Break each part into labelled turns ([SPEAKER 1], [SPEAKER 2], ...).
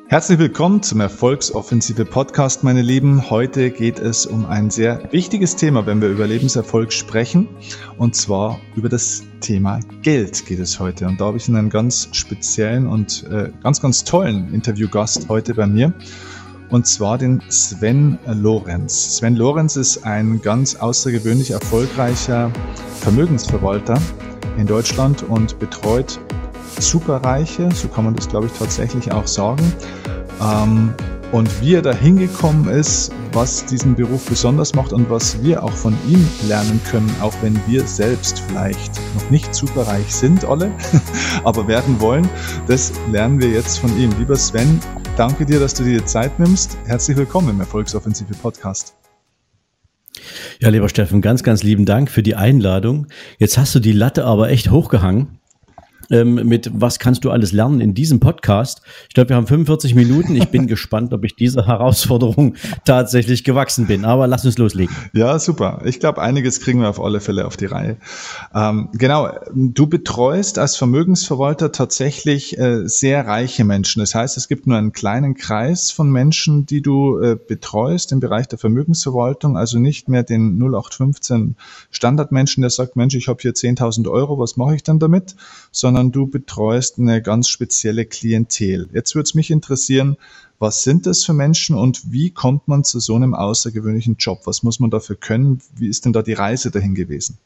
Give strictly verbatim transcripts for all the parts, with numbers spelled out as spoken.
[SPEAKER 1] Herzlich willkommen zum Erfolgsoffensive Podcast, meine Lieben. Heute geht es um ein sehr wichtiges Thema, wenn wir über Lebenserfolg sprechen. Und zwar über das Thema Geld geht es heute. Und da habe ich einen ganz speziellen und äh, ganz, ganz tollen Interviewgast heute bei mir. Und zwar den Sven Lorenz. Sven Lorenz ist ein ganz außergewöhnlich erfolgreicher Vermögensverwalter in Deutschland und betreut Superreiche, so kann man das, glaube ich, tatsächlich auch sagen. Ähm, und wie er da hingekommen ist, was diesen Beruf besonders macht und was wir auch von ihm lernen können, auch wenn wir selbst vielleicht noch nicht superreich sind, alle, aber werden wollen, das lernen wir jetzt von ihm. Lieber Sven, danke dir, dass du dir die Zeit nimmst. Herzlich willkommen im Erfolgsoffensive Podcast.
[SPEAKER 2] Ja, lieber Steffen, ganz, ganz lieben Dank für die Einladung. Jetzt hast du die Latte aber echt hochgehangen. Ähm, mit was kannst du alles lernen in diesem Podcast. Ich glaube, wir haben fünfundvierzig Minuten. Ich bin gespannt, ob ich dieser Herausforderung tatsächlich gewachsen bin. Aber lass uns loslegen.
[SPEAKER 1] Ja, super. Ich glaube, einiges kriegen wir auf alle Fälle auf die Reihe. Ähm, genau, du betreust als Vermögensverwalter tatsächlich äh, sehr reiche Menschen. Das heißt, es gibt nur einen kleinen Kreis von Menschen, die du äh, betreust im Bereich der Vermögensverwaltung. Also nicht mehr den null acht fünfzehn Standardmenschen, der sagt, Mensch, ich habe hier zehntausend Euro, was mache ich dann damit? Sondern du betreust eine ganz spezielle Klientel. Jetzt würde es mich interessieren, was sind das für Menschen und wie kommt man zu so einem außergewöhnlichen Job? Was muss man dafür können? Wie ist denn da die Reise dahin gewesen?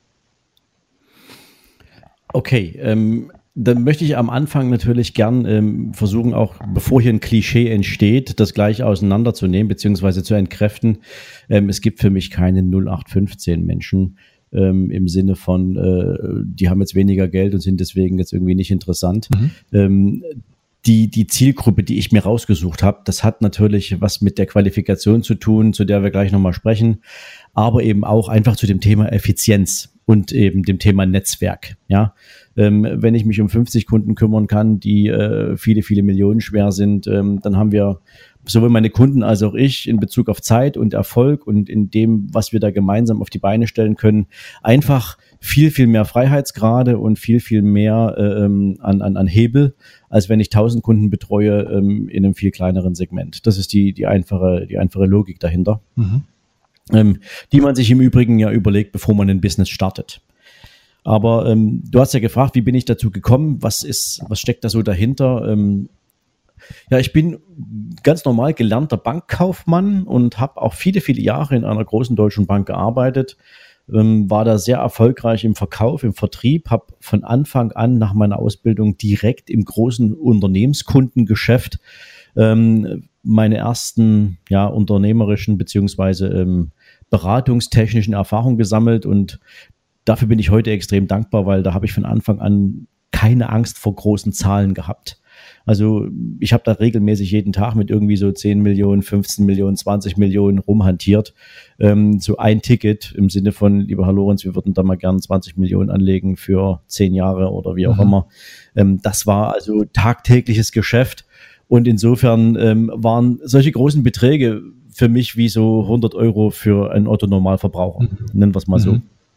[SPEAKER 2] Okay, ähm, dann möchte ich am Anfang natürlich gern ähm, versuchen, auch bevor hier ein Klischee entsteht, das gleich auseinanderzunehmen bzw. zu entkräften. Ähm, es gibt für mich keine null acht fünfzehn Menschen, Ähm, im Sinne von, äh, die haben jetzt weniger Geld und sind deswegen jetzt irgendwie nicht interessant. Mhm. Ähm, die, die Zielgruppe, die ich mir rausgesucht habe, das hat natürlich was mit der Qualifikation zu tun, zu der wir gleich nochmal sprechen, aber eben auch einfach zu dem Thema Effizienz und eben dem Thema Netzwerk. Ja, ähm, wenn ich mich um fünfzig Kunden kümmern kann, die äh, viele, viele Millionen schwer sind, ähm, dann haben wir sowohl meine Kunden als auch ich in Bezug auf Zeit und Erfolg und in dem, was wir da gemeinsam auf die Beine stellen können, einfach viel, viel mehr Freiheitsgrade und viel, viel mehr ähm, an, an, an Hebel, als wenn ich tausend Kunden betreue ähm, in einem viel kleineren Segment. Das ist die, die einfache, die einfache Logik dahinter, mhm. ähm, die man sich im Übrigen ja überlegt, bevor man ein Business startet. Aber ähm, du hast ja gefragt, wie bin ich dazu gekommen? Was ist, was steckt da so dahinter? Ähm, Ja, ich bin ganz normal gelernter Bankkaufmann und habe auch viele, viele Jahre in einer großen deutschen Bank gearbeitet, ähm, war da sehr erfolgreich im Verkauf, im Vertrieb, habe von Anfang an nach meiner Ausbildung direkt im großen Unternehmenskundengeschäft ähm, meine ersten ja, unternehmerischen beziehungsweise ähm, beratungstechnischen Erfahrungen gesammelt und dafür bin ich heute extrem dankbar, weil da habe ich von Anfang an keine Angst vor großen Zahlen gehabt. Also ich habe da regelmäßig jeden Tag mit irgendwie so zehn Millionen, fünfzehn Millionen, zwanzig Millionen rumhantiert. Ähm, so ein Ticket im Sinne von, lieber Herr Lorenz, wir würden da mal gerne zwanzig Millionen anlegen für zehn Jahre oder wie auch mhm. immer. Ähm, das war also tagtägliches Geschäft und insofern ähm, waren solche großen Beträge für mich wie so hundert Euro für einen Otto-Normalverbraucher, mhm. nennen wir es mal mhm. so.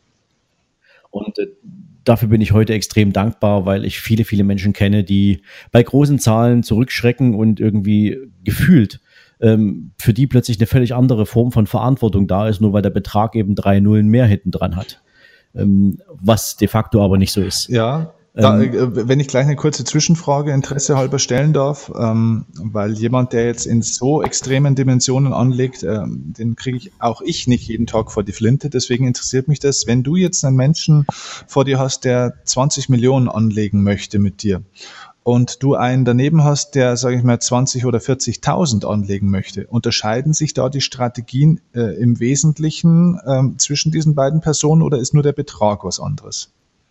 [SPEAKER 2] Und äh, dafür bin ich heute extrem dankbar, weil ich viele, viele Menschen kenne, die bei großen Zahlen zurückschrecken und irgendwie gefühlt ähm, für die plötzlich eine völlig andere Form von Verantwortung da ist, nur weil der Betrag eben drei Nullen mehr hinten dran hat. Ähm, was de facto aber nicht so ist.
[SPEAKER 1] Ja. Da, wenn ich gleich eine kurze Zwischenfrage Interesse halber stellen darf, ähm, weil jemand, der jetzt in so extremen Dimensionen anlegt, ähm, den kriege ich auch ich nicht jeden Tag vor die Flinte. Deswegen interessiert mich das, wenn du jetzt einen Menschen vor dir hast, der zwanzig Millionen anlegen möchte mit dir und du einen daneben hast, der, sage ich mal, zwanzig oder vierzigtausend anlegen möchte, unterscheiden sich da die Strategien äh, im Wesentlichen äh, zwischen diesen beiden Personen oder ist nur der Betrag was anderes?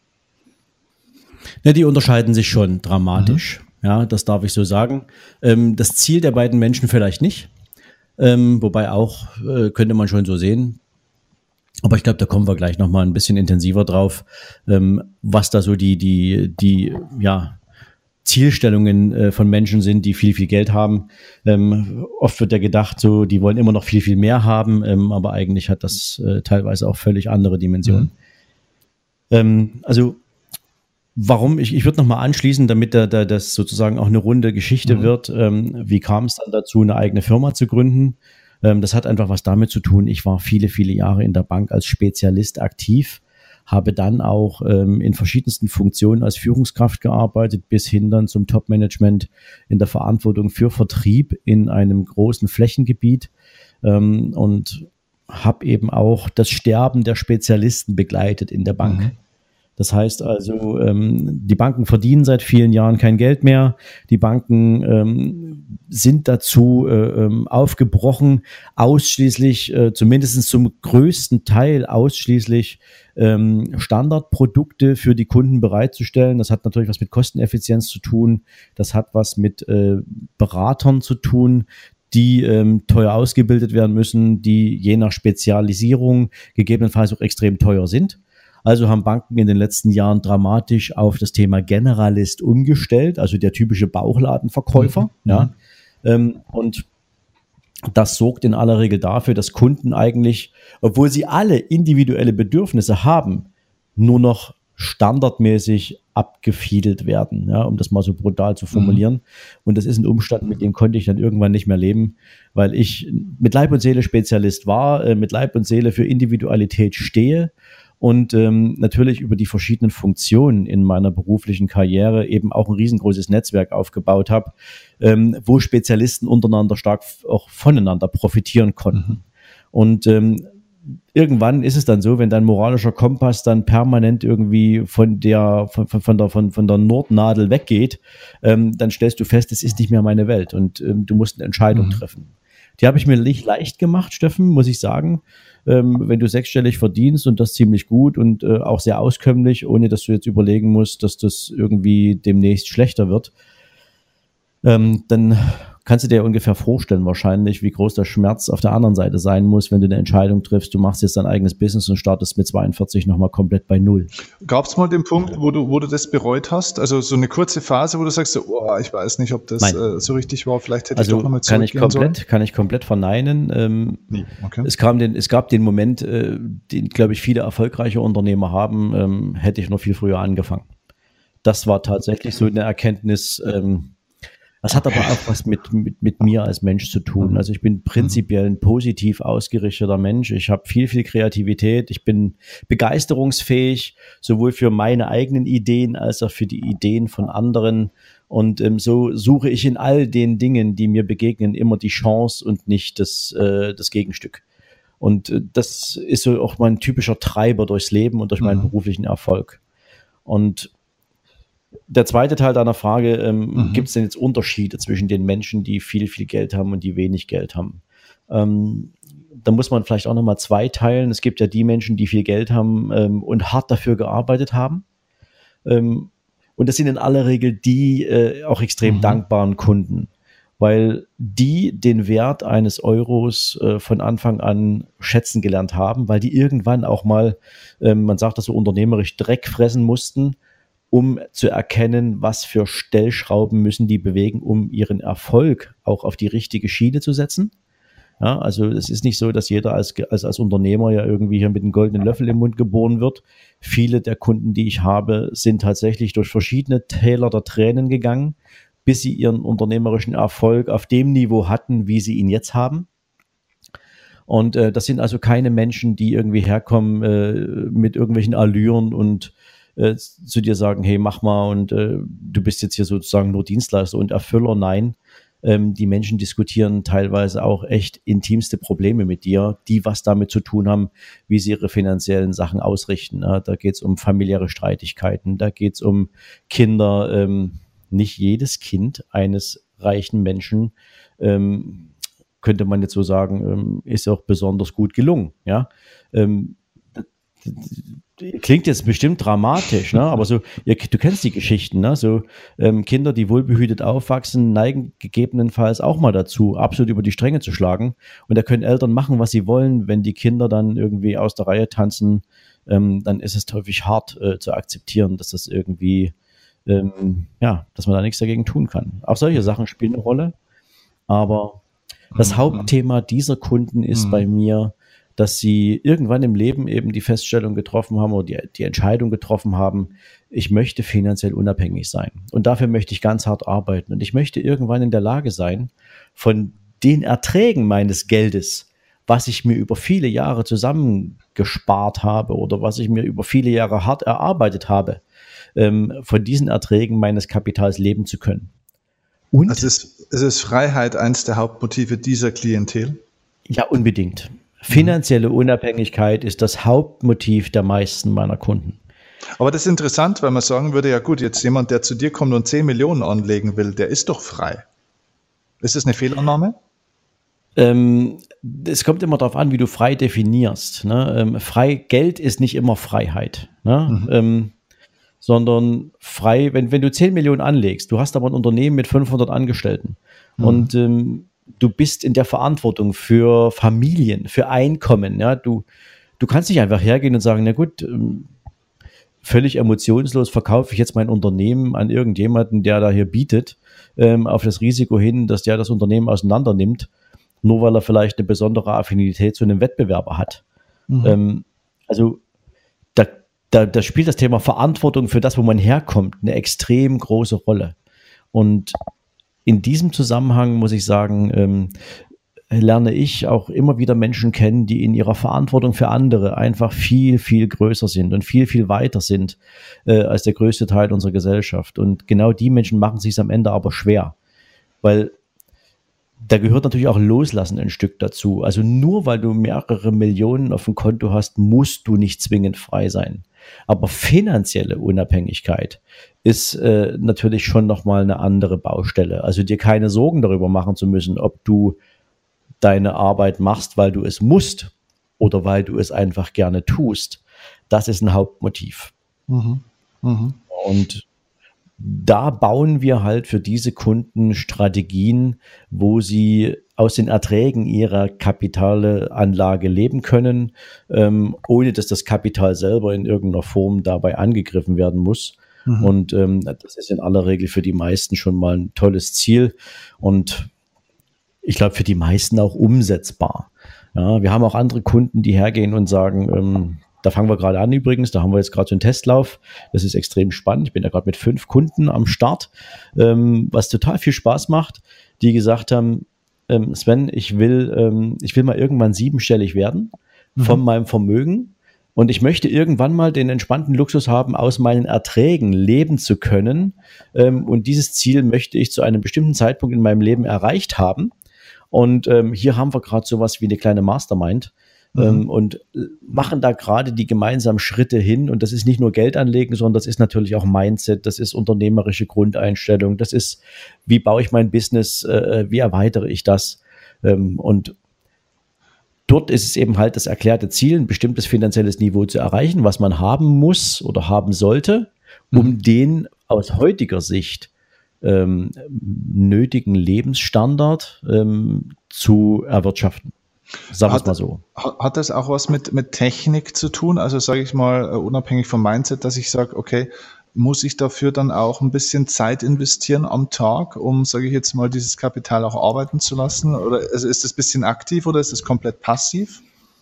[SPEAKER 2] Ja, die unterscheiden sich schon dramatisch. Mhm. Ja, das darf ich so sagen. Ähm, das Ziel der beiden Menschen vielleicht nicht. Ähm, wobei auch, äh, könnte man schon so sehen. Aber ich glaube, da kommen wir gleich nochmal ein bisschen intensiver drauf, ähm, was da so die, die, die, ja, Zielstellungen äh, von Menschen sind, die viel, viel Geld haben. Ähm, oft wird ja gedacht, so, die wollen immer noch viel, viel mehr haben, ähm, aber eigentlich hat das äh, teilweise auch völlig andere Dimensionen. Mhm. Ähm, also warum, ich, ich würde nochmal anschließen, damit da, da das sozusagen auch eine runde Geschichte mhm. wird. Ähm, wie kam es dann dazu, eine eigene Firma zu gründen? Ähm, das hat einfach was damit zu tun. Ich war viele, viele Jahre in der Bank als Spezialist aktiv, habe dann auch ähm, in verschiedensten Funktionen als Führungskraft gearbeitet, bis hin dann zum Top-Management in der Verantwortung für Vertrieb in einem großen Flächengebiet ähm, und habe eben auch das Sterben der Spezialisten begleitet in der Bank. Mhm. Das heißt also, ähm, die Banken verdienen seit vielen Jahren kein Geld mehr. Die Banken ähm, sind dazu äh, ähm, aufgebrochen, ausschließlich, äh, zumindest zum größten Teil ausschließlich ähm, Standardprodukte für die Kunden bereitzustellen. Das hat natürlich was mit Kosteneffizienz zu tun. Das hat was mit äh, Beratern zu tun, die ähm, teuer ausgebildet werden müssen, die je nach Spezialisierung gegebenenfalls auch extrem teuer sind. Also haben Banken in den letzten Jahren dramatisch auf das Thema Generalist umgestellt, also der typische Bauchladenverkäufer. Mhm. Ja. Ähm, und das sorgt in aller Regel dafür, dass Kunden eigentlich, obwohl sie alle individuelle Bedürfnisse haben, nur noch standardmäßig abgefiedelt werden, ja, um das mal so brutal zu formulieren. Mhm. Und das ist ein Umstand, mit dem konnte ich dann irgendwann nicht mehr leben, weil ich mit Leib und Seele Spezialist war, äh, mit Leib und Seele für Individualität stehe und ähm, natürlich über die verschiedenen Funktionen in meiner beruflichen Karriere eben auch ein riesengroßes Netzwerk aufgebaut habe, ähm, wo Spezialisten untereinander stark auch voneinander profitieren konnten. Mhm. Und ähm, irgendwann ist es dann so, wenn dein moralischer Kompass dann permanent irgendwie von der, von, von der, von, von der Nordnadel weggeht, ähm, dann stellst du fest, es ist nicht mehr meine Welt und ähm, du musst eine Entscheidung mhm. treffen. Die habe ich mir nicht leicht gemacht, Steffen, muss ich sagen. Ähm, wenn du sechsstellig verdienst und das ziemlich gut und äh, auch sehr auskömmlich, ohne dass du jetzt überlegen musst, dass das irgendwie demnächst schlechter wird, ähm, dann kannst du dir ungefähr vorstellen wahrscheinlich, wie groß der Schmerz auf der anderen Seite sein muss, wenn du eine Entscheidung triffst, du machst jetzt dein eigenes Business und startest mit zweiundvierzig nochmal komplett bei Null.
[SPEAKER 1] Gab es mal den Punkt, wo du, wo du das bereut hast? Also so eine kurze Phase, wo du sagst, oh, ich weiß nicht, ob das äh, so richtig war, vielleicht hätte
[SPEAKER 2] also
[SPEAKER 1] ich doch nochmal
[SPEAKER 2] kann ich komplett,
[SPEAKER 1] sollen.
[SPEAKER 2] Kann ich komplett verneinen. Ähm, nee. Okay. es, kam den, es gab den Moment, äh, den, glaube ich, viele erfolgreiche Unternehmer haben, ähm, hätte ich noch viel früher angefangen. Das war tatsächlich so eine Erkenntnis. Ähm, Das hat aber auch was mit, mit, mit mir als Mensch zu tun. Also ich bin prinzipiell ein positiv ausgerichteter Mensch. Ich habe viel, viel Kreativität. Ich bin begeisterungsfähig, sowohl für meine eigenen Ideen als auch für die Ideen von anderen. Und ähm, so suche ich in all den Dingen, die mir begegnen, immer die Chance und nicht das, äh, das Gegenstück. Und äh, das ist so auch mein typischer Treiber durchs Leben und durch meinen mhm. beruflichen Erfolg. Und der zweite Teil deiner Frage, ähm, mhm. gibt es denn jetzt Unterschiede zwischen den Menschen, die viel, viel Geld haben und die wenig Geld haben? Ähm, da muss man vielleicht auch nochmal zweiteilen. Es gibt ja die Menschen, die viel Geld haben ähm, und hart dafür gearbeitet haben. Ähm, und das sind in aller Regel die äh, auch extrem mhm. dankbaren Kunden, weil die den Wert eines Euros äh, von Anfang an schätzen gelernt haben, weil die irgendwann auch mal, ähm, man sagt das so unternehmerisch, Dreck fressen mussten, um zu erkennen, was für Stellschrauben müssen die bewegen, um ihren Erfolg auch auf die richtige Schiene zu setzen. Ja, also es ist nicht so, dass jeder als, als, als Unternehmer ja irgendwie hier mit einem goldenen Löffel im Mund geboren wird. Viele der Kunden, die ich habe, sind tatsächlich durch verschiedene Täler der Tränen gegangen, bis sie ihren unternehmerischen Erfolg auf dem Niveau hatten, wie sie ihn jetzt haben. Und äh, das sind also keine Menschen, die irgendwie herkommen äh, mit irgendwelchen Allüren und Äh, zu dir sagen, hey, mach mal und äh, du bist jetzt hier sozusagen nur Dienstleister und Erfüller. Nein, ähm, die Menschen diskutieren teilweise auch echt intimste Probleme mit dir, die was damit zu tun haben, wie sie ihre finanziellen Sachen ausrichten. Ja, da geht es um familiäre Streitigkeiten, da geht es um Kinder. Ähm, nicht jedes Kind eines reichen Menschen, ähm, könnte man jetzt so sagen, ähm, ist auch besonders gut gelungen. Ja, ähm, klingt jetzt bestimmt dramatisch, ne? Aber so, ja, du kennst die Geschichten, ne? So ähm, Kinder, die wohlbehütet aufwachsen, neigen gegebenenfalls auch mal dazu, absolut über die Stränge zu schlagen. Und da können Eltern machen, was sie wollen. Wenn die Kinder dann irgendwie aus der Reihe tanzen, ähm, dann ist es häufig hart äh, zu akzeptieren, dass das irgendwie, ähm, ja, dass man da nichts dagegen tun kann. Auch solche Sachen spielen eine Rolle. Aber das mhm. Hauptthema dieser Kunden ist mhm. bei mir, dass sie irgendwann im Leben eben die Feststellung getroffen haben oder die, die Entscheidung getroffen haben, ich möchte finanziell unabhängig sein. Und dafür möchte ich ganz hart arbeiten. Und ich möchte irgendwann in der Lage sein, von den Erträgen meines Geldes, was ich mir über viele Jahre zusammengespart habe oder was ich mir über viele Jahre hart erarbeitet habe, ähm, von diesen Erträgen meines Kapitals leben zu können. Und
[SPEAKER 1] also ist, ist Freiheit eines der Hauptmotive dieser Klientel?
[SPEAKER 2] Ja, unbedingt. Finanzielle Unabhängigkeit ist das Hauptmotiv der meisten meiner Kunden.
[SPEAKER 1] Aber das ist interessant, weil man sagen würde, ja gut, jetzt jemand, der zu dir kommt und zehn Millionen anlegen will, der ist doch frei. Ist das eine Fehlannahme?
[SPEAKER 2] Ähm, es kommt immer darauf an, wie du frei definierst. Ne? Ähm, frei, Geld ist nicht immer Freiheit, ne? Mhm. Ähm, sondern frei, wenn, wenn du zehn Millionen anlegst, du hast aber ein Unternehmen mit fünfhundert Angestellten mhm. und ähm, du bist in der Verantwortung für Familien, für Einkommen. Ja? Du, du kannst nicht einfach hergehen und sagen, na gut, ähm, völlig emotionslos verkaufe ich jetzt mein Unternehmen an irgendjemanden, der da hier bietet, ähm, auf das Risiko hin, dass der das Unternehmen auseinander nimmt, nur weil er vielleicht eine besondere Affinität zu einem Wettbewerber hat. Mhm. Ähm, also da, da, da spielt das Thema Verantwortung für das, wo man herkommt, eine extrem große Rolle. Und in diesem Zusammenhang muss ich sagen, ähm, lerne ich auch immer wieder Menschen kennen, die in ihrer Verantwortung für andere einfach viel, viel größer sind und viel, viel weiter sind äh, als der größte Teil unserer Gesellschaft. Und genau die Menschen machen es sich am Ende aber schwer, weil da gehört natürlich auch Loslassen ein Stück dazu. Also nur weil du mehrere Millionen auf dem Konto hast, musst du nicht zwingend frei sein. Aber finanzielle Unabhängigkeit ist äh, natürlich schon nochmal eine andere Baustelle. Also dir keine Sorgen darüber machen zu müssen, ob du deine Arbeit machst, weil du es musst oder weil du es einfach gerne tust. Das ist ein Hauptmotiv. Mhm. Mhm. Und da bauen wir halt für diese Kunden Strategien, wo sie aus den Erträgen ihrer Kapitalanlage leben können, ähm, ohne dass das Kapital selber in irgendeiner Form dabei angegriffen werden muss. Mhm. Und ähm, das ist in aller Regel für die meisten schon mal ein tolles Ziel und ich glaube für die meisten auch umsetzbar. Ja, wir haben auch andere Kunden, die hergehen und sagen, ähm, da fangen wir gerade an übrigens, da haben wir jetzt gerade so einen Testlauf. Das ist extrem spannend. Ich bin da gerade mit fünf Kunden am Start, ähm, was total viel Spaß macht, die gesagt haben, ähm, Sven, ich will, ähm, ich will mal irgendwann siebenstellig werden mhm. von meinem Vermögen und ich möchte irgendwann mal den entspannten Luxus haben, aus meinen Erträgen leben zu können. Ähm, und dieses Ziel möchte ich zu einem bestimmten Zeitpunkt in meinem Leben erreicht haben. Und ähm, hier haben wir gerade sowas wie eine kleine Mastermind. Mhm. Und machen da gerade die gemeinsamen Schritte hin. Und das ist nicht nur Geld anlegen, sondern das ist natürlich auch Mindset, das ist unternehmerische Grundeinstellung, das ist, wie baue ich mein Business, äh, wie erweitere ich das? Ähm, und dort ist es eben halt das erklärte Ziel, ein bestimmtes finanzielles Niveau zu erreichen, was man haben muss oder haben sollte, um mhm. den aus heutiger Sicht ähm, nötigen Lebensstandard ähm, zu erwirtschaften. Sagen wir es mal so.
[SPEAKER 1] Hat das auch was mit, mit Technik zu tun? Also sage ich mal, unabhängig vom Mindset, dass ich sage, okay, muss ich dafür dann auch ein bisschen Zeit investieren am Tag, um, sage ich jetzt mal, dieses Kapital auch arbeiten zu lassen? Oder also ist das ein bisschen aktiv oder ist das komplett passiv?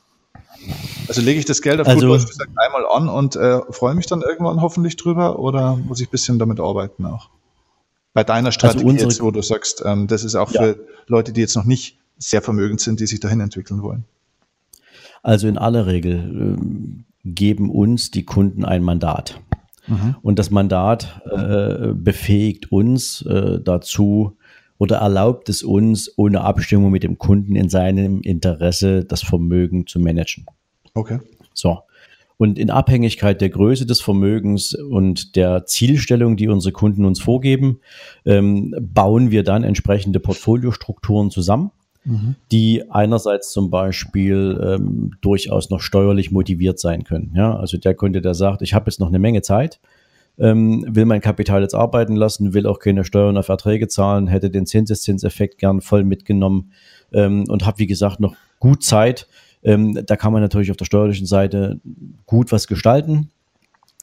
[SPEAKER 1] Also lege ich das Geld auf
[SPEAKER 2] also,
[SPEAKER 1] gut Deutsch gesagt einmal an und äh, freue mich dann irgendwann hoffentlich drüber oder muss ich ein bisschen damit arbeiten auch? Bei deiner Strategie also unsere, jetzt, wo du sagst, ähm, das ist auch ja. für Leute, die jetzt noch nicht sehr vermögend sind, die sich dahin entwickeln wollen.
[SPEAKER 2] Also in aller Regel äh, geben uns die Kunden ein Mandat. Mhm. Und das Mandat äh, befähigt uns äh, dazu oder erlaubt es uns, ohne Abstimmung mit dem Kunden in seinem Interesse das Vermögen zu managen.
[SPEAKER 1] Okay.
[SPEAKER 2] So. Und in Abhängigkeit der Größe des Vermögens und der Zielstellung, die unsere Kunden uns vorgeben, ähm, bauen wir dann entsprechende Portfoliostrukturen zusammen, mhm. die einerseits zum Beispiel ähm, durchaus noch steuerlich motiviert sein können. Ja, also der Kunde, der sagt, ich habe jetzt noch eine Menge Zeit, ähm, will mein Kapital jetzt arbeiten lassen, will auch keine Steuern auf Erträge zahlen, hätte den Zinseszinseffekt gern voll mitgenommen ähm, und habe, wie gesagt, noch gut Zeit. Ähm, da kann man natürlich auf der steuerlichen Seite gut was gestalten.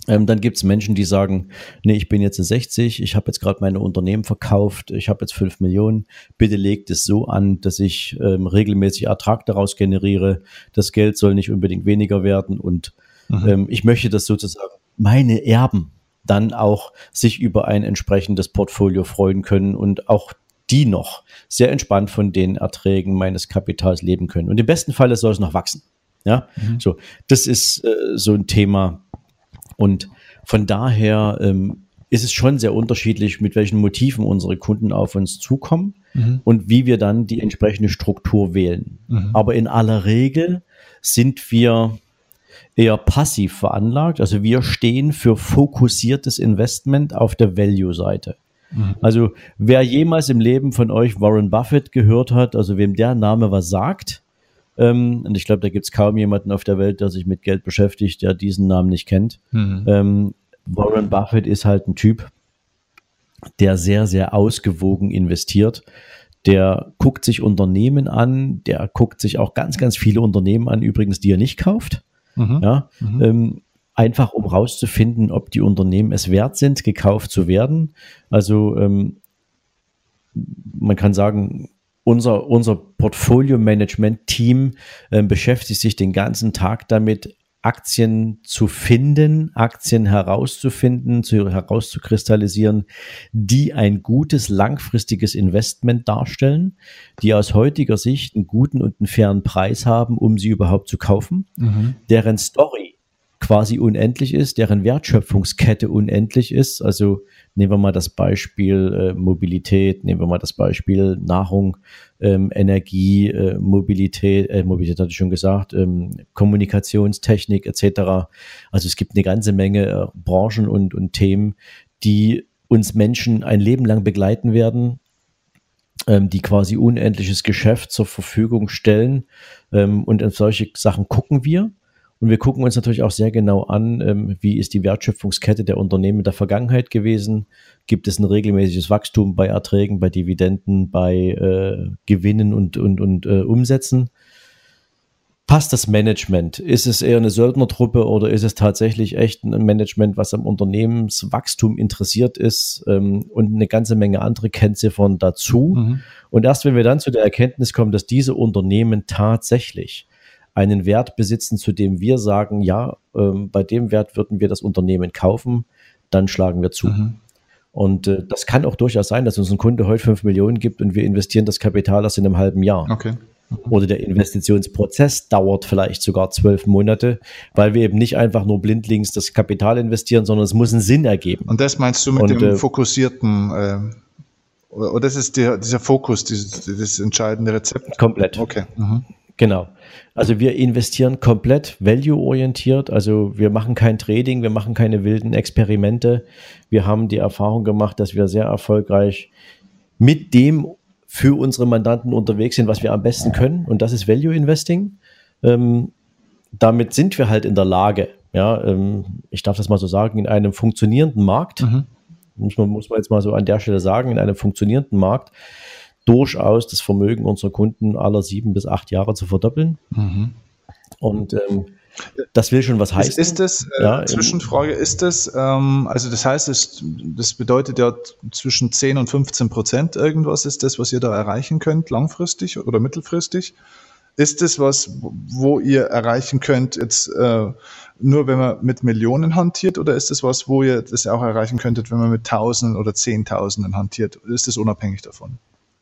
[SPEAKER 2] Ähm, dann gibt es Menschen, die sagen, nee, ich bin jetzt sechzig, ich habe jetzt gerade meine Unternehmen verkauft, ich habe jetzt fünf Millionen, bitte legt es so an, dass ich ähm, regelmäßig Ertrag daraus generiere, das Geld soll nicht unbedingt weniger werden und mhm. ähm, ich möchte, dass sozusagen meine Erben dann auch sich über ein entsprechendes Portfolio freuen können und auch die noch sehr entspannt von den Erträgen meines Kapitals leben können. Und im besten Falle soll es noch wachsen. Ja, mhm. so, das ist äh, so ein Thema. Und von daher ähm, ist es schon sehr unterschiedlich, mit welchen Motiven unsere Kunden auf uns zukommen mhm. und wie wir dann die entsprechende Struktur wählen. Mhm. Aber in aller Regel sind wir eher passiv veranlagt. Also wir stehen für fokussiertes Investment auf der Value-Seite. Mhm. Also wer jemals im Leben von euch Warren Buffett gehört hat, also wem der Name was sagt, Ähm, und ich glaube, da gibt es kaum jemanden auf der Welt, der sich mit Geld beschäftigt, der diesen Namen nicht kennt. Mhm. Ähm, Warren Buffett ist halt ein Typ, der sehr, sehr ausgewogen investiert. Der guckt sich Unternehmen an, der guckt sich auch ganz, ganz viele Unternehmen an, übrigens, die er nicht kauft. Mhm. Ja, mhm. Ähm, einfach um rauszufinden, ob die Unternehmen es wert sind, gekauft zu werden. Also ähm, man kann sagen, Unser, unser Portfolio-Management-Team äh, beschäftigt sich den ganzen Tag damit, Aktien zu finden, Aktien herauszufinden, zu, herauszukristallisieren, die ein gutes, langfristiges Investment darstellen, die aus heutiger Sicht einen guten und einen fairen Preis haben, um sie überhaupt zu kaufen, mhm. deren Story quasi unendlich ist, deren Wertschöpfungskette unendlich ist. Also nehmen wir mal das Beispiel äh, Mobilität, nehmen wir mal das Beispiel Nahrung, ähm, Energie, äh, Mobilität, äh, Mobilität hatte ich schon gesagt, ähm, Kommunikationstechnik et cetera. Also es gibt eine ganze Menge äh, Branchen und, und Themen, die uns Menschen ein Leben lang begleiten werden, ähm, die quasi unendliches Geschäft zur Verfügung stellen. Ähm, und in solche Sachen gucken wir. Und wir gucken uns natürlich auch sehr genau an, ähm, wie ist die Wertschöpfungskette der Unternehmen in der Vergangenheit gewesen? Gibt es ein regelmäßiges Wachstum bei Erträgen, bei Dividenden, bei äh, Gewinnen und, und, und äh, Umsätzen? Passt das Management? Ist es eher eine Söldnertruppe oder ist es tatsächlich echt ein Management, was am Unternehmenswachstum interessiert ist, ähm, und eine ganze Menge andere Kennziffern dazu? Mhm. Und erst wenn wir dann zu der Erkenntnis kommen, dass diese Unternehmen tatsächlich einen Wert besitzen, zu dem wir sagen, ja, ähm, bei dem Wert würden wir das Unternehmen kaufen, dann schlagen wir zu. Mhm. Und äh, das kann auch durchaus sein, dass uns ein Kunde heute fünf Millionen gibt und wir investieren das Kapital erst in einem halben Jahr.
[SPEAKER 1] Okay. Mhm.
[SPEAKER 2] Oder der Investitionsprozess dauert vielleicht sogar zwölf Monate, weil wir eben nicht einfach nur blindlings das Kapital investieren, sondern es muss einen Sinn ergeben.
[SPEAKER 1] Und das meinst du mit und, dem äh, fokussierten, äh, oder, oder das ist der, dieser Fokus, dieses, dieses entscheidende Rezept?
[SPEAKER 2] Komplett.
[SPEAKER 1] Okay. Mhm.
[SPEAKER 2] Genau. Also wir investieren komplett value-orientiert. Also wir machen kein Trading, wir machen keine wilden Experimente. Wir haben die Erfahrung gemacht, dass wir sehr erfolgreich mit dem für unsere Mandanten unterwegs sind, was wir am besten können. Und das ist Value Investing. Ähm, damit sind wir halt in der Lage, ja, ähm, ich darf das mal so sagen, in einem funktionierenden Markt, mhm. muss man, muss man jetzt mal so an der Stelle sagen, in einem funktionierenden Markt, durchaus das Vermögen unserer Kunden aller sieben bis acht Jahre zu verdoppeln. Mhm. Und ähm, das will schon was heißen.
[SPEAKER 1] Ist, ist das, äh, ja, Zwischenfrage, ist das, ähm, also das heißt, es, das bedeutet ja zwischen zehn und fünfzehn Prozent irgendwas ist das, was ihr da erreichen könnt, langfristig oder mittelfristig? Ist das was, wo ihr erreichen könnt jetzt äh, nur, wenn man mit Millionen hantiert, oder ist das was, wo ihr das auch erreichen könntet, wenn man mit Tausenden oder Zehntausenden hantiert? Ist das unabhängig davon?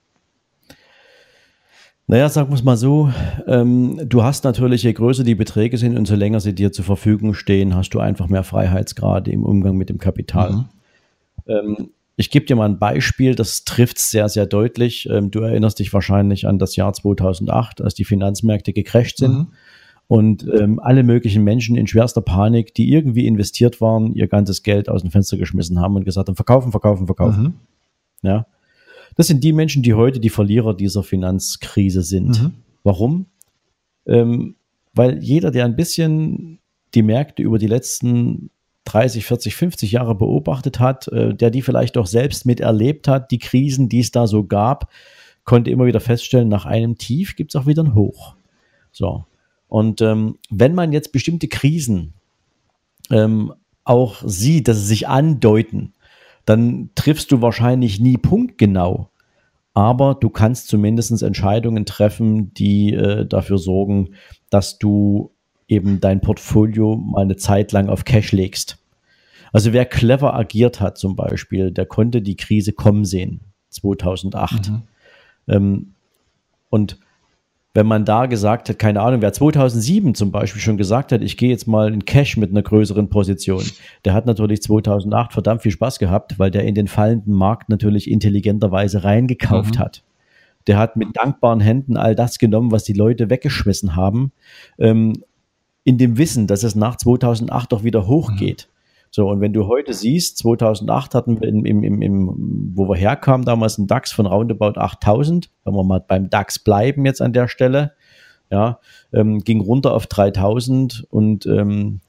[SPEAKER 2] Naja, sagen wir es mal so, ähm, du hast natürlich, je größer die Beträge sind und so länger sie dir zur Verfügung stehen, hast du einfach mehr Freiheitsgrade im Umgang mit dem Kapital. Mhm. Ähm, ich gebe dir mal ein Beispiel, das trifft es sehr, sehr deutlich. Ähm, du erinnerst dich wahrscheinlich an das Jahr zweitausendacht, als die Finanzmärkte gecrasht sind. Mhm. Und ähm, alle möglichen Menschen in schwerster Panik, die irgendwie investiert waren, ihr ganzes Geld aus dem Fenster geschmissen haben und gesagt haben, verkaufen, verkaufen, verkaufen. Mhm. Ja. Das sind die Menschen, die heute die Verlierer dieser Finanzkrise sind. Mhm. Warum? Ähm, weil jeder, der ein bisschen die Märkte über die letzten dreißig, vierzig, fünfzig Jahre beobachtet hat, äh, der die vielleicht auch selbst miterlebt hat, die Krisen, die es da so gab, konnte immer wieder feststellen, nach einem Tief gibt es auch wieder ein Hoch. So. Und ähm, wenn man jetzt bestimmte Krisen ähm, auch sieht, dass sie sich andeuten, dann triffst du wahrscheinlich nie punktgenau. Aber du kannst zumindest Entscheidungen treffen, die äh, dafür sorgen, dass du eben dein Portfolio mal eine Zeit lang auf Cash legst. Also wer clever agiert hat zum Beispiel, der konnte die Krise kommen sehen, zweitausendacht. Mhm. Ähm, und wenn man da gesagt hat, keine Ahnung, wer zweitausendsieben zum Beispiel schon gesagt hat, ich gehe jetzt mal in Cash mit einer größeren Position, der hat natürlich zweitausendacht verdammt viel Spaß gehabt, weil der in den fallenden Markt natürlich intelligenterweise reingekauft mhm. hat. Der hat mit dankbaren Händen all das genommen, was die Leute weggeschmissen haben, ähm, in dem Wissen, dass es nach zweitausendacht doch wieder hochgeht. Mhm. So, und wenn du heute siehst, zweitausendacht hatten wir, im, im, im, im, wo wir herkamen, damals einen DAX von roundabout achttausend, wenn wir mal beim DAX bleiben jetzt an der Stelle, ja, ähm, ging runter auf dreitausend und ähm,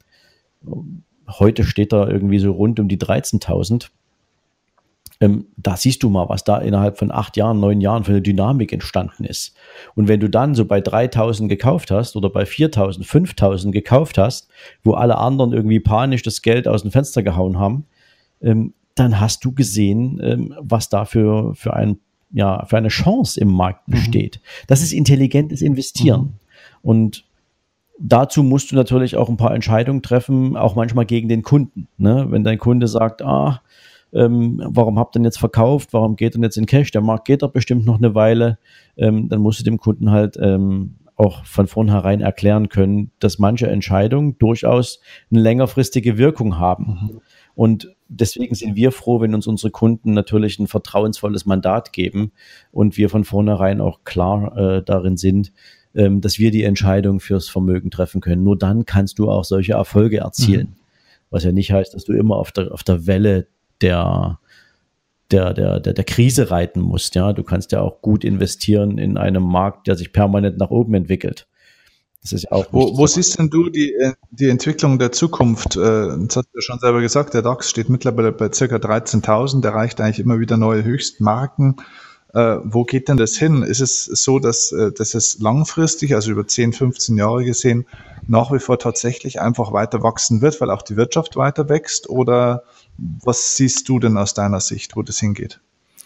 [SPEAKER 2] heute steht er irgendwie so rund um die dreizehntausend. Ähm, da siehst du mal, was da innerhalb von acht Jahren, neun Jahren für eine Dynamik entstanden ist. Und wenn du dann so bei dreitausend gekauft hast oder bei viertausend, fünftausend gekauft hast, wo alle anderen irgendwie panisch das Geld aus dem Fenster gehauen haben, ähm, dann hast du gesehen, ähm, was da für, für, ein, ja, für eine Chance im Markt besteht. Mhm. Das ist intelligentes Investieren. Mhm. Und dazu musst du natürlich auch ein paar Entscheidungen treffen, auch manchmal gegen den Kunden. Ne? Wenn dein Kunde sagt, ah, Ähm, warum habt ihr denn jetzt verkauft, warum geht denn jetzt in Cash, der Markt geht doch bestimmt noch eine Weile, ähm, dann musst du dem Kunden halt ähm, auch von vornherein erklären können, dass manche Entscheidungen durchaus eine längerfristige Wirkung haben. Mhm. Und deswegen sind wir froh, wenn uns unsere Kunden natürlich ein vertrauensvolles Mandat geben und wir von vornherein auch klar äh, darin sind, ähm, dass wir die Entscheidung fürs Vermögen treffen können. Nur dann kannst du auch solche Erfolge erzielen. Mhm. Was ja nicht heißt, dass du immer auf der, auf der Welle Der, der, der, der, der Krise reiten musst. Ja? Du kannst ja auch gut investieren in einem Markt, der sich permanent nach oben entwickelt. Das ist ja auch
[SPEAKER 1] wo wo siehst denn du die, die Entwicklung der Zukunft? Das hast du ja schon selber gesagt, der DAX steht mittlerweile bei ca. dreizehntausend, erreicht eigentlich immer wieder neue Höchstmarken. Äh, wo geht denn das hin? Ist es so, dass, dass es langfristig, also über zehn, fünfzehn Jahre gesehen, nach wie vor tatsächlich einfach weiter wachsen wird, weil auch die Wirtschaft weiter wächst? Oder was siehst du denn aus deiner Sicht, wo das hingeht?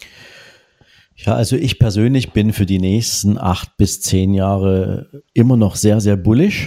[SPEAKER 2] Ja, also ich persönlich bin für die nächsten acht bis zehn Jahre immer noch sehr, sehr bullish.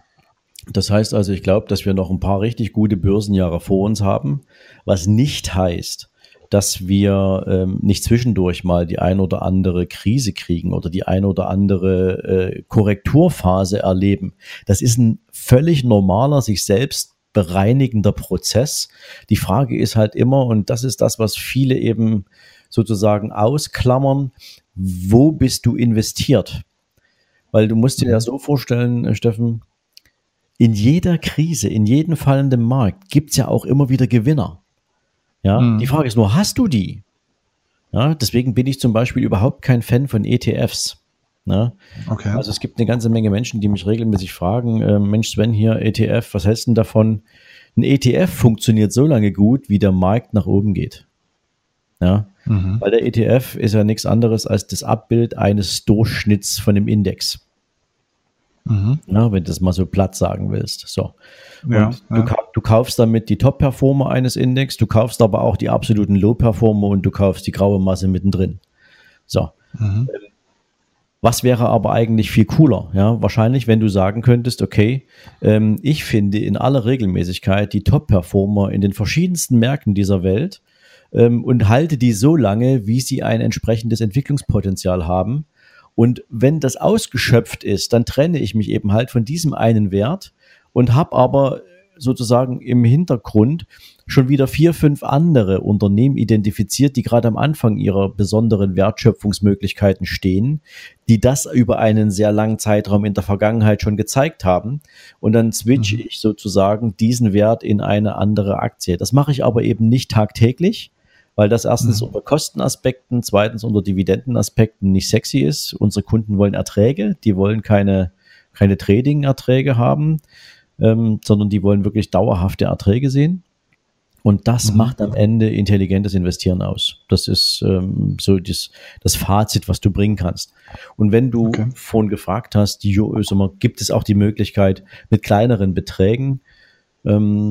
[SPEAKER 2] Das heißt also, ich glaube, dass wir noch ein paar richtig gute Börsenjahre vor uns haben, was nicht heißt, dass wir ähm, nicht zwischendurch mal die ein oder andere Krise kriegen oder die ein oder andere äh, Korrekturphase erleben. Das ist ein völlig normaler, sich selbst bereinigender Prozess. Die Frage ist halt immer, und das ist das, was viele eben sozusagen ausklammern, wo bist du investiert? Weil du musst dir ja so vorstellen, Steffen, in jeder Krise, in jedem fallenden Markt gibt es ja auch immer wieder Gewinner. Ja, mhm. Die Frage ist nur, hast du die? Ja, deswegen bin ich zum Beispiel überhaupt kein Fan von E T Fs. Ne? Okay. Also es gibt eine ganze Menge Menschen, die mich regelmäßig fragen, äh, Mensch Sven, hier E T F, was hältst du denn davon? Ein E T F funktioniert so lange gut, wie der Markt nach oben geht. Ja? Mhm. Weil der E T F ist ja nichts anderes als das Abbild eines Durchschnitts von dem Index. Mhm. Ja, wenn du das mal so platt sagen willst. So. Ja, und du, ja. du kaufst damit die Top-Performer eines Index, du kaufst aber auch die absoluten Low-Performer und du kaufst die graue Masse mittendrin. So. Mhm. Was wäre aber eigentlich viel cooler? Ja, wahrscheinlich, wenn du sagen könntest, okay, ähm, ich finde in aller Regelmäßigkeit die Top-Performer in den verschiedensten Märkten dieser Welt ähm, und halte die so lange, wie sie ein entsprechendes Entwicklungspotenzial haben. Und wenn das ausgeschöpft ist, dann trenne ich mich eben halt von diesem einen Wert und habe aber sozusagen im Hintergrund schon wieder vier, fünf andere Unternehmen identifiziert, die gerade am Anfang ihrer besonderen Wertschöpfungsmöglichkeiten stehen, die das über einen sehr langen Zeitraum in der Vergangenheit schon gezeigt haben. Und dann switche mhm. ich sozusagen diesen Wert in eine andere Aktie. Das mache ich aber eben nicht tagtäglich, weil das erstens mhm. unter Kostenaspekten, zweitens unter Dividendenaspekten nicht sexy ist. Unsere Kunden wollen Erträge, die wollen keine, keine Trading-Erträge haben, ähm, sondern die wollen wirklich dauerhafte Erträge sehen. Und das mhm. macht am Ende intelligentes Investieren aus. Das ist ähm, so das, das Fazit, was du bringen kannst. Und wenn du okay. vorhin gefragt hast, die, gibt es auch die Möglichkeit, mit kleineren Beträgen ähm,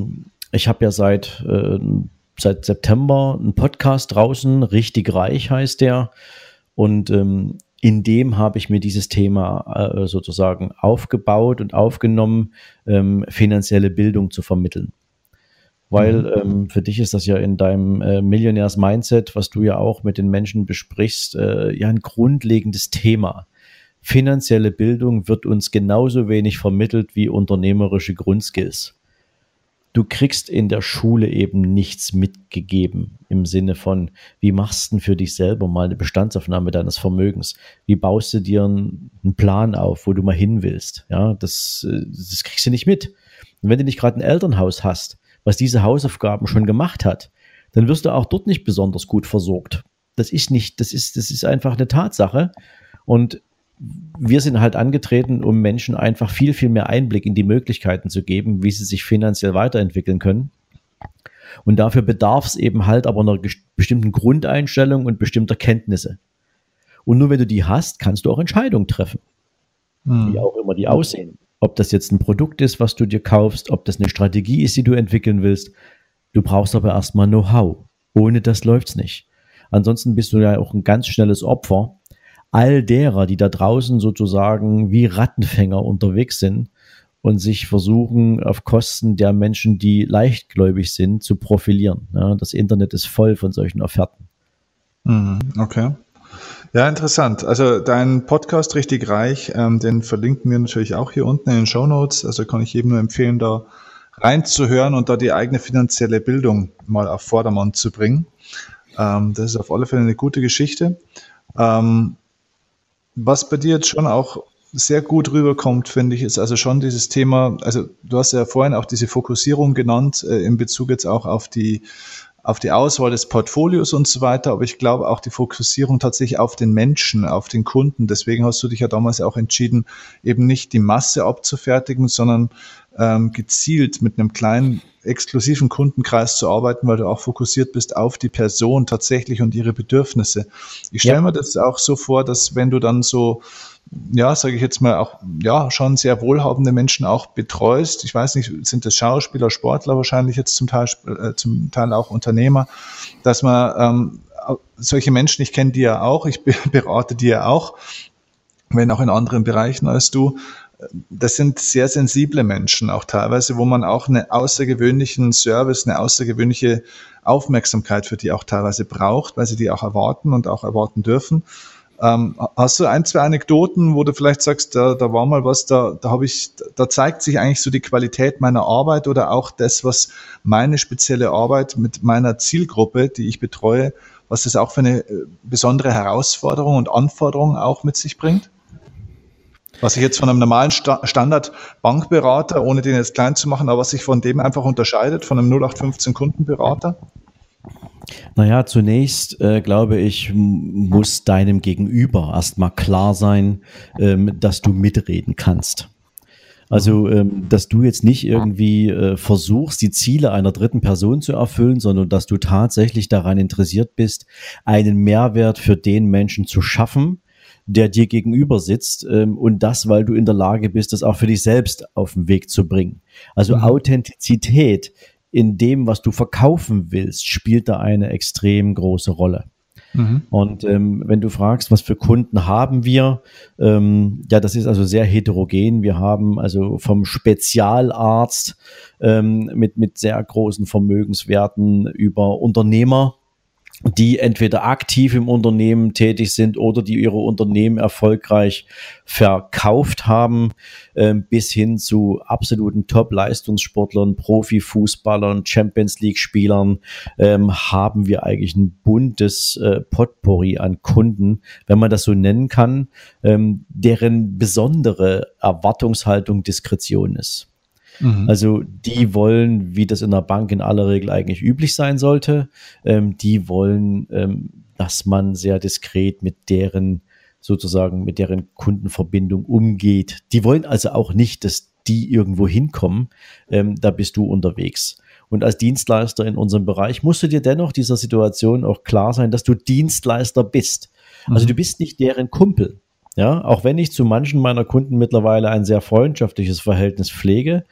[SPEAKER 2] ich habe ja seit, äh, seit September einen Podcast draußen, Richtig Reich heißt der. Und ähm, in dem habe ich mir dieses Thema äh, sozusagen aufgebaut und aufgenommen, ähm, finanzielle Bildung zu vermitteln. Weil mhm. ähm, für dich ist das ja in deinem äh, Millionärs-Mindset, was du ja auch mit den Menschen besprichst, äh, ja ein grundlegendes Thema. Finanzielle Bildung wird uns genauso wenig vermittelt wie unternehmerische Grundskills. Du kriegst in der Schule eben nichts mitgegeben im Sinne von, wie machst du denn für dich selber mal eine Bestandsaufnahme deines Vermögens? Wie baust du dir einen, einen Plan auf, wo du mal hin willst? Ja, das, das kriegst du nicht mit. Und wenn du nicht gerade ein Elternhaus hast, was diese Hausaufgaben schon gemacht hat, dann wirst du auch dort nicht besonders gut versorgt. Das ist nicht, das ist, das ist einfach eine Tatsache. Und wir sind halt angetreten, um Menschen einfach viel, viel mehr Einblick in die Möglichkeiten zu geben, wie sie sich finanziell weiterentwickeln können. Und dafür bedarf es eben halt aber einer bestimmten Grundeinstellung und bestimmter Kenntnisse. Und nur wenn du die hast, kannst du auch Entscheidungen treffen. Hm. Wie auch immer die aussehen. Ob das jetzt ein Produkt ist, was du dir kaufst, ob das eine Strategie ist, die du entwickeln willst. Du brauchst aber erstmal Know-how. Ohne das läuft's nicht. Ansonsten bist du ja auch ein ganz schnelles Opfer all derer, die da draußen sozusagen wie Rattenfänger unterwegs sind und sich versuchen, auf Kosten der Menschen, die leichtgläubig sind, zu profilieren. Ja, das Internet ist voll von solchen Offerten.
[SPEAKER 1] Okay. Ja, interessant. Also dein Podcast Richtig Reich, ähm, den verlinken wir natürlich auch hier unten in den Shownotes. Also kann ich jedem nur empfehlen, da reinzuhören und da die eigene finanzielle Bildung mal auf Vordermann zu bringen. Ähm, das ist auf alle Fälle eine gute Geschichte. Ähm, Was bei dir jetzt schon auch sehr gut rüberkommt, finde ich, ist also schon dieses Thema, also du hast ja vorhin auch diese Fokussierung genannt, äh, in Bezug jetzt auch auf die, auf die Auswahl des Portfolios und so weiter, aber ich glaube auch die Fokussierung tatsächlich auf den Menschen, auf den Kunden. Deswegen hast du dich ja damals auch entschieden, eben nicht die Masse abzufertigen, sondern ähm, gezielt mit einem kleinen exklusiven Kundenkreis zu arbeiten, weil du auch fokussiert bist auf die Person tatsächlich und ihre Bedürfnisse. Ich stelle ja. mir das auch so vor, dass wenn du dann so, ja, sage ich jetzt mal, auch ja schon sehr wohlhabende Menschen auch betreust, ich weiß nicht, sind das Schauspieler, Sportler wahrscheinlich jetzt zum Teil, äh, zum Teil auch Unternehmer, dass man ähm, solche Menschen, ich kenne die ja auch, ich berate die ja auch, wenn auch in anderen Bereichen als du. Das sind sehr sensible Menschen auch teilweise, wo man auch einen außergewöhnlichen Service, eine außergewöhnliche Aufmerksamkeit für die auch teilweise braucht, weil sie die auch erwarten und auch erwarten dürfen. Ähm, hast du ein, zwei Anekdoten, wo du vielleicht sagst, da, da war mal was, da, da habe ich, da zeigt sich eigentlich so die Qualität meiner Arbeit oder auch das, was meine spezielle Arbeit mit meiner Zielgruppe, die ich betreue, was das auch für eine besondere Herausforderung und Anforderung auch mit sich bringt? Was sich jetzt von einem normalen Sta- Standard-Bankberater, ohne den jetzt klein zu machen, aber was sich von dem einfach unterscheidet, von einem null acht fünfzehn Kundenberater?
[SPEAKER 2] Naja, zunächst äh, glaube ich, muss deinem Gegenüber erstmal klar sein, ähm, dass du mitreden kannst. Also, ähm, dass du jetzt nicht irgendwie äh, versuchst, die Ziele einer dritten Person zu erfüllen, sondern dass du tatsächlich daran interessiert bist, einen Mehrwert für den Menschen zu schaffen, der dir gegenüber sitzt, ähm, und das, weil du in der Lage bist, das auch für dich selbst auf den Weg zu bringen. Also mhm. Authentizität in dem, was du verkaufen willst, spielt da eine extrem große Rolle. Mhm. Und ähm, wenn du fragst, was für Kunden haben wir, ähm, ja, das ist also sehr heterogen. Wir haben also vom Spezialarzt ähm, mit, mit sehr großen Vermögenswerten über Unternehmer, die entweder aktiv im Unternehmen tätig sind oder die ihre Unternehmen erfolgreich verkauft haben, äh, bis hin zu absoluten Top-Leistungssportlern, Profifußballern, Champions-League-Spielern, ähm, haben wir eigentlich ein buntes äh, Potpourri an Kunden, wenn man das so nennen kann, ähm, deren besondere Erwartungshaltung Diskretion ist. Mhm. Also die wollen, wie das in der Bank in aller Regel eigentlich üblich sein sollte, ähm, die wollen, ähm, dass man sehr diskret mit deren sozusagen, mit deren Kundenverbindung umgeht. Die wollen also auch nicht, dass die irgendwo hinkommen, ähm, da bist du unterwegs. Und als Dienstleister in unserem Bereich musst du dir dennoch dieser Situation auch klar sein, dass du Dienstleister bist. Mhm. Also du bist nicht deren Kumpel. Ja, auch wenn ich zu manchen meiner Kunden mittlerweile ein sehr freundschaftliches Verhältnis pflege,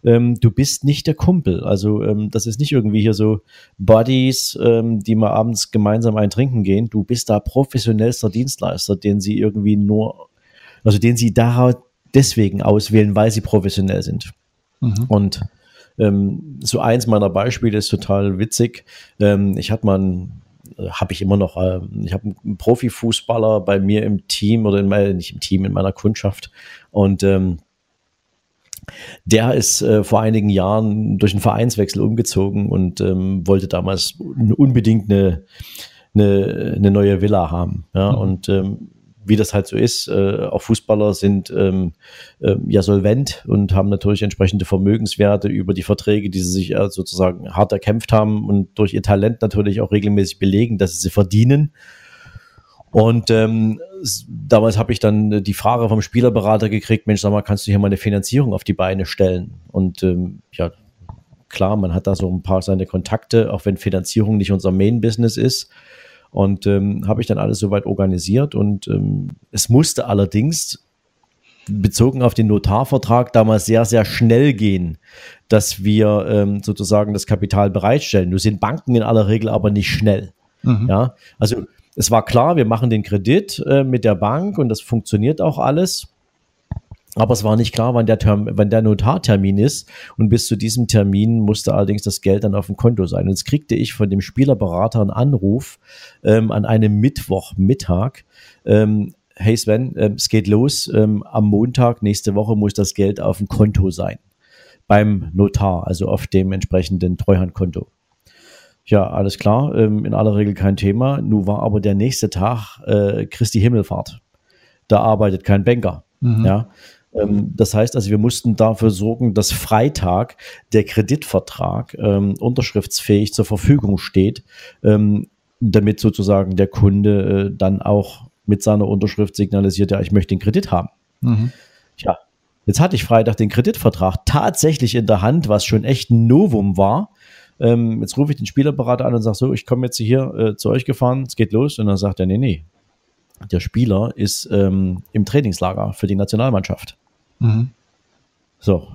[SPEAKER 2] ähm, du bist nicht der Kumpel. Also ähm, das ist nicht irgendwie hier so Buddies, ähm, die mal abends gemeinsam ein Trinken gehen. Du bist da professionellster Dienstleister, den sie irgendwie nur, also den sie da deswegen auswählen, weil sie professionell sind. Mhm. Und ähm, so eins meiner Beispiele ist total witzig. Ähm, ich hatte mal einen habe ich immer noch, äh, ich habe einen Profifußballer bei mir im Team oder in mein, nicht im Team, in meiner Kundschaft und ähm, der ist äh, vor einigen Jahren durch einen Vereinswechsel umgezogen und ähm, wollte damals unbedingt eine, eine, eine neue Villa haben, ja, mhm. und ähm, wie das halt so ist, äh, auch Fußballer sind ähm, äh, ja solvent und haben natürlich entsprechende Vermögenswerte über die Verträge, die sie sich äh, sozusagen hart erkämpft haben und durch ihr Talent natürlich auch regelmäßig belegen, dass sie sie verdienen. Und ähm, damals habe ich dann die Frage vom Spielerberater gekriegt, Mensch, sag mal, kannst du hier mal eine Finanzierung auf die Beine stellen? Und ähm, ja, klar, man hat da so ein paar seine Kontakte, auch wenn Finanzierung nicht unser Main-Business ist. Und ähm, habe ich dann alles soweit organisiert und ähm, es musste allerdings bezogen auf den Notarvertrag damals sehr, sehr schnell gehen, dass wir ähm, sozusagen das Kapital bereitstellen. Nur sind Banken in aller Regel aber nicht schnell. Mhm. Ja, also es war klar, wir machen den Kredit äh, mit der Bank und das funktioniert auch alles. Aber es war nicht klar, wann der, Term, wann der Notartermin ist. Und bis zu diesem Termin musste allerdings das Geld dann auf dem Konto sein. Und jetzt kriegte ich von dem Spielerberater einen Anruf ähm, an einem Mittwochmittag. Ähm, hey Sven, ähm, es geht los. Ähm, am Montag nächste Woche muss das Geld auf dem Konto sein. Beim Notar, also auf dem entsprechenden Treuhandkonto. Ja, alles klar. Ähm, in aller Regel kein Thema. Nun war aber der nächste Tag äh, Christi Himmelfahrt. Da arbeitet kein Banker. Mhm. Ja. Das heißt also, wir mussten dafür sorgen, dass Freitag der Kreditvertrag ähm, unterschriftsfähig zur Verfügung steht, ähm, damit sozusagen der Kunde äh, dann auch mit seiner Unterschrift signalisiert, ja, ich möchte den Kredit haben. Mhm. Ja, jetzt hatte ich Freitag den Kreditvertrag tatsächlich in der Hand, was schon echt ein Novum war. Ähm, jetzt rufe ich den Spielerberater an und sage so, ich komme jetzt hier äh, zu euch gefahren, es geht los. Und dann sagt er, nee, nee, der Spieler ist ähm, im Trainingslager für die Nationalmannschaft. Mhm. So,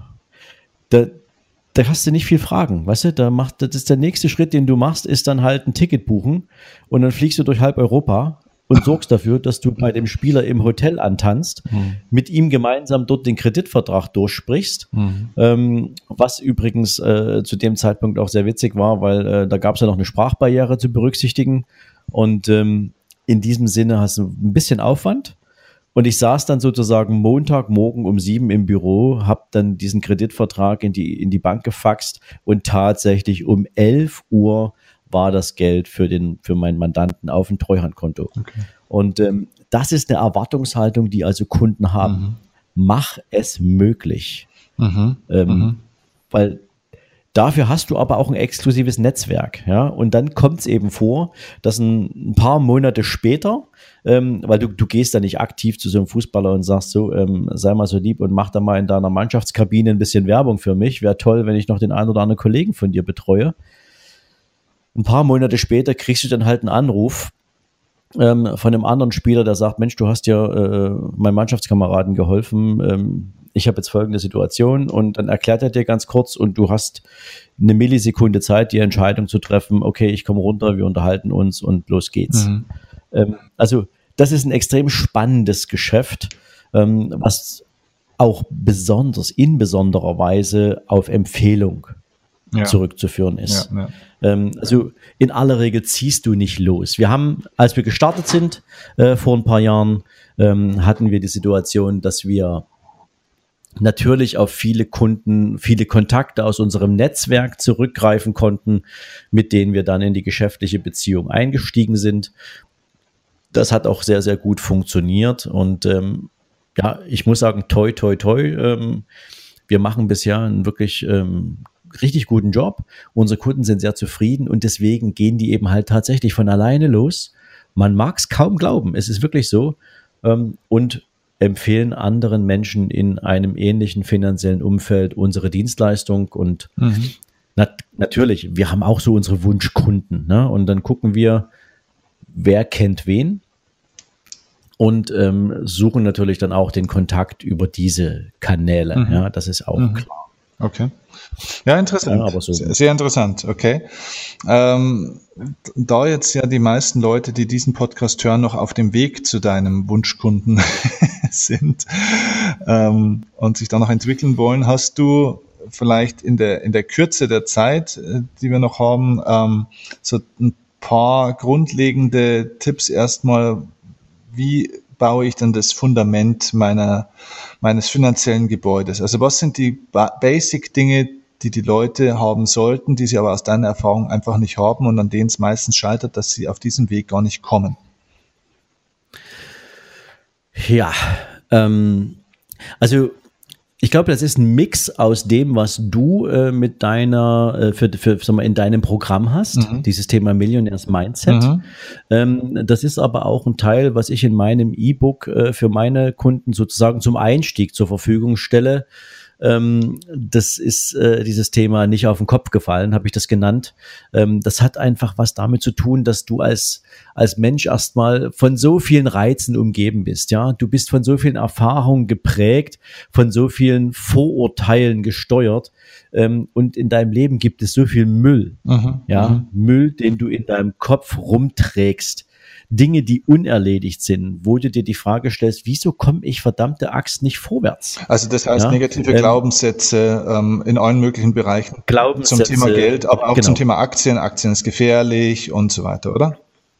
[SPEAKER 2] da, da hast du nicht viel Fragen, weißt du, da macht, das ist der nächste Schritt, den du machst, ist dann halt ein Ticket buchen und dann fliegst du durch halb Europa und sorgst dafür, dass du bei dem Spieler im Hotel antanzt, mhm. mit ihm gemeinsam dort den Kreditvertrag durchsprichst, mhm. ähm, was übrigens äh, zu dem Zeitpunkt auch sehr witzig war, weil äh, da gab es ja noch eine Sprachbarriere zu berücksichtigen und ähm, in diesem Sinne hast du ein bisschen Aufwand. Und ich saß dann sozusagen Montagmorgen um sieben im Büro, habe dann diesen Kreditvertrag in die, in die Bank gefaxt und tatsächlich um elf Uhr war das Geld für, den, für meinen Mandanten auf dem Treuhandkonto. Okay. Und ähm, das ist eine Erwartungshaltung, die also Kunden haben. Mhm. Mach es möglich. Mhm. Ähm, mhm. Weil dafür hast du aber auch ein exklusives Netzwerk, ja, und dann kommt es eben vor, dass ein, ein paar Monate später, ähm, weil du, du gehst da nicht aktiv zu so einem Fußballer und sagst so, ähm, sei mal so lieb und mach da mal in deiner Mannschaftskabine ein bisschen Werbung für mich, wäre toll, wenn ich noch den einen oder anderen Kollegen von dir betreue. Ein paar Monate später kriegst du dann halt einen Anruf ähm, von einem anderen Spieler, der sagt, Mensch, du hast ja äh, meinem Mannschaftskameraden geholfen, ähm, ich habe jetzt folgende Situation und dann erklärt er dir ganz kurz und du hast eine Millisekunde Zeit, die Entscheidung zu treffen, okay, ich komme runter, wir unterhalten uns und los geht's. Mhm. Ähm, also das ist ein extrem spannendes Geschäft, ähm, was auch besonders, in besonderer Weise auf Empfehlung ja. zurückzuführen ist. Ja, ja. Ähm, also in aller Regel ziehst du nicht los. Wir haben, als wir gestartet sind, äh, vor ein paar Jahren, ähm, hatten wir die Situation, dass wir natürlich auf viele Kunden, viele Kontakte aus unserem Netzwerk zurückgreifen konnten, mit denen wir dann in die geschäftliche Beziehung eingestiegen sind. Das hat auch sehr, sehr gut funktioniert und ähm, ja, ich muss sagen, toi, toi, toi, ähm, wir machen bisher einen wirklich ähm, richtig guten Job. Unsere Kunden sind sehr zufrieden und deswegen gehen die eben halt tatsächlich von alleine los. Man mag es kaum glauben, es ist wirklich so ähm, und empfehlen anderen Menschen in einem ähnlichen finanziellen Umfeld unsere Dienstleistung und mhm. nat- natürlich, wir haben auch so unsere Wunschkunden, ne? Und dann gucken wir, wer kennt wen und ähm, suchen natürlich dann auch den Kontakt über diese Kanäle, mhm. ja, das ist auch mhm. klar.
[SPEAKER 1] Okay. Ja, interessant.
[SPEAKER 2] Ja, aber so.
[SPEAKER 1] Sehr, sehr interessant, okay. Ähm, da jetzt ja die meisten Leute, die diesen Podcast hören, noch auf dem Weg zu deinem Wunschkunden sind ähm, und sich da noch entwickeln wollen, hast du vielleicht in der, in der Kürze der Zeit, die wir noch haben, ähm, so ein paar grundlegende Tipps erstmal, wie baue ich dann das Fundament meiner, meines finanziellen Gebäudes? Also was sind die ba- Basic-Dinge, die die Leute haben sollten, die sie aber aus deiner Erfahrung einfach nicht haben und an denen es meistens scheitert, dass sie auf diesem Weg gar nicht kommen?
[SPEAKER 2] Ja, ähm, also ich glaube, das ist ein Mix aus dem, was du äh, mit deiner, äh, für, für, sag mal, in deinem Programm hast, mhm. dieses Thema Millionärs Mindset. Mhm. Ähm, das ist aber auch ein Teil, was ich in meinem E-Book äh, für meine Kunden sozusagen zum Einstieg zur Verfügung stelle. Ähm, das ist äh, dieses Thema nicht auf den Kopf gefallen, habe ich das genannt. Ähm, das hat einfach was damit zu tun, dass du als als Mensch erstmal von so vielen Reizen umgeben bist. Ja, du bist von so vielen Erfahrungen geprägt, von so vielen Vorurteilen gesteuert. Ähm, und in deinem Leben gibt es so viel Müll. Mhm, ja, mhm. Müll, den du in deinem Kopf rumträgst. Dinge, die unerledigt sind, wo du dir die Frage stellst, wieso komme ich verdammte Axt nicht vorwärts?
[SPEAKER 1] Also das heißt ja, negative ähm, Glaubenssätze ähm, in allen möglichen Bereichen
[SPEAKER 2] Glaubenssätze,
[SPEAKER 1] zum Thema Geld, aber auch
[SPEAKER 2] genau.
[SPEAKER 1] zum Thema Aktien, Aktien ist gefährlich und so weiter, oder?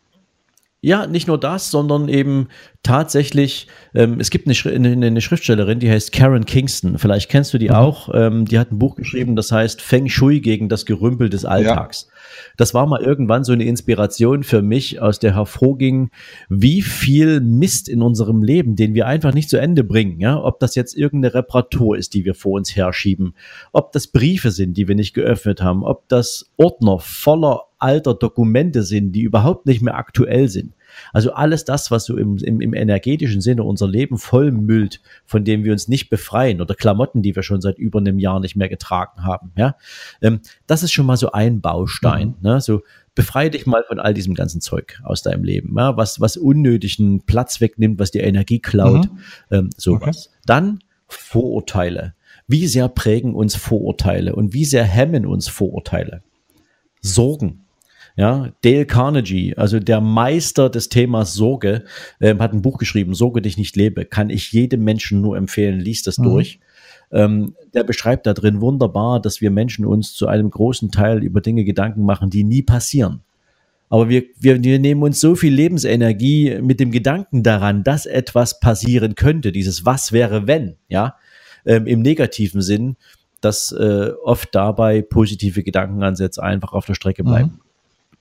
[SPEAKER 2] Ja, nicht nur das, sondern eben tatsächlich, ähm, es gibt eine, eine, eine Schriftstellerin, die heißt Karen Kingston, vielleicht kennst du die mhm. auch, ähm, die hat ein Buch geschrieben, das heißt Feng Shui gegen das Gerümpel des Alltags. Ja. Das war mal irgendwann so eine Inspiration für mich, aus der hervorging, wie viel Mist in unserem Leben, den wir einfach nicht zu Ende bringen, ja, ob das jetzt irgendeine Reparatur ist, die wir vor uns herschieben, ob das Briefe sind, die wir nicht geöffnet haben, ob das Ordner voller alter Dokumente sind, die überhaupt nicht mehr aktuell sind. Also alles das, was so im, im, im energetischen Sinne unser Leben vollmüllt, von dem wir uns nicht befreien, oder Klamotten, die wir schon seit über einem Jahr nicht mehr getragen haben. Ja, ähm, das ist schon mal so ein Baustein. Mhm. Ne? So befreie dich mal von all diesem ganzen Zeug aus deinem Leben, ja? was, was unnötigen Platz wegnimmt, was dir Energie klaut, mhm. ähm, sowas. Okay. Dann Vorurteile. Wie sehr prägen uns Vorurteile und wie sehr hemmen uns Vorurteile? Sorgen. Ja, Dale Carnegie, also der Meister des Themas Sorge, äh, hat ein Buch geschrieben, Sorge dich nicht lebe, kann ich jedem Menschen nur empfehlen, lies das mhm. durch. Ähm, der beschreibt da drin wunderbar, dass wir Menschen uns zu einem großen Teil über Dinge Gedanken machen, die nie passieren. Aber wir, wir, wir nehmen uns so viel Lebensenergie mit dem Gedanken daran, dass etwas passieren könnte, dieses Was wäre wenn, ja, ähm, im negativen Sinn, dass äh, oft dabei positive Gedankenansätze einfach auf der Strecke bleiben. Mhm.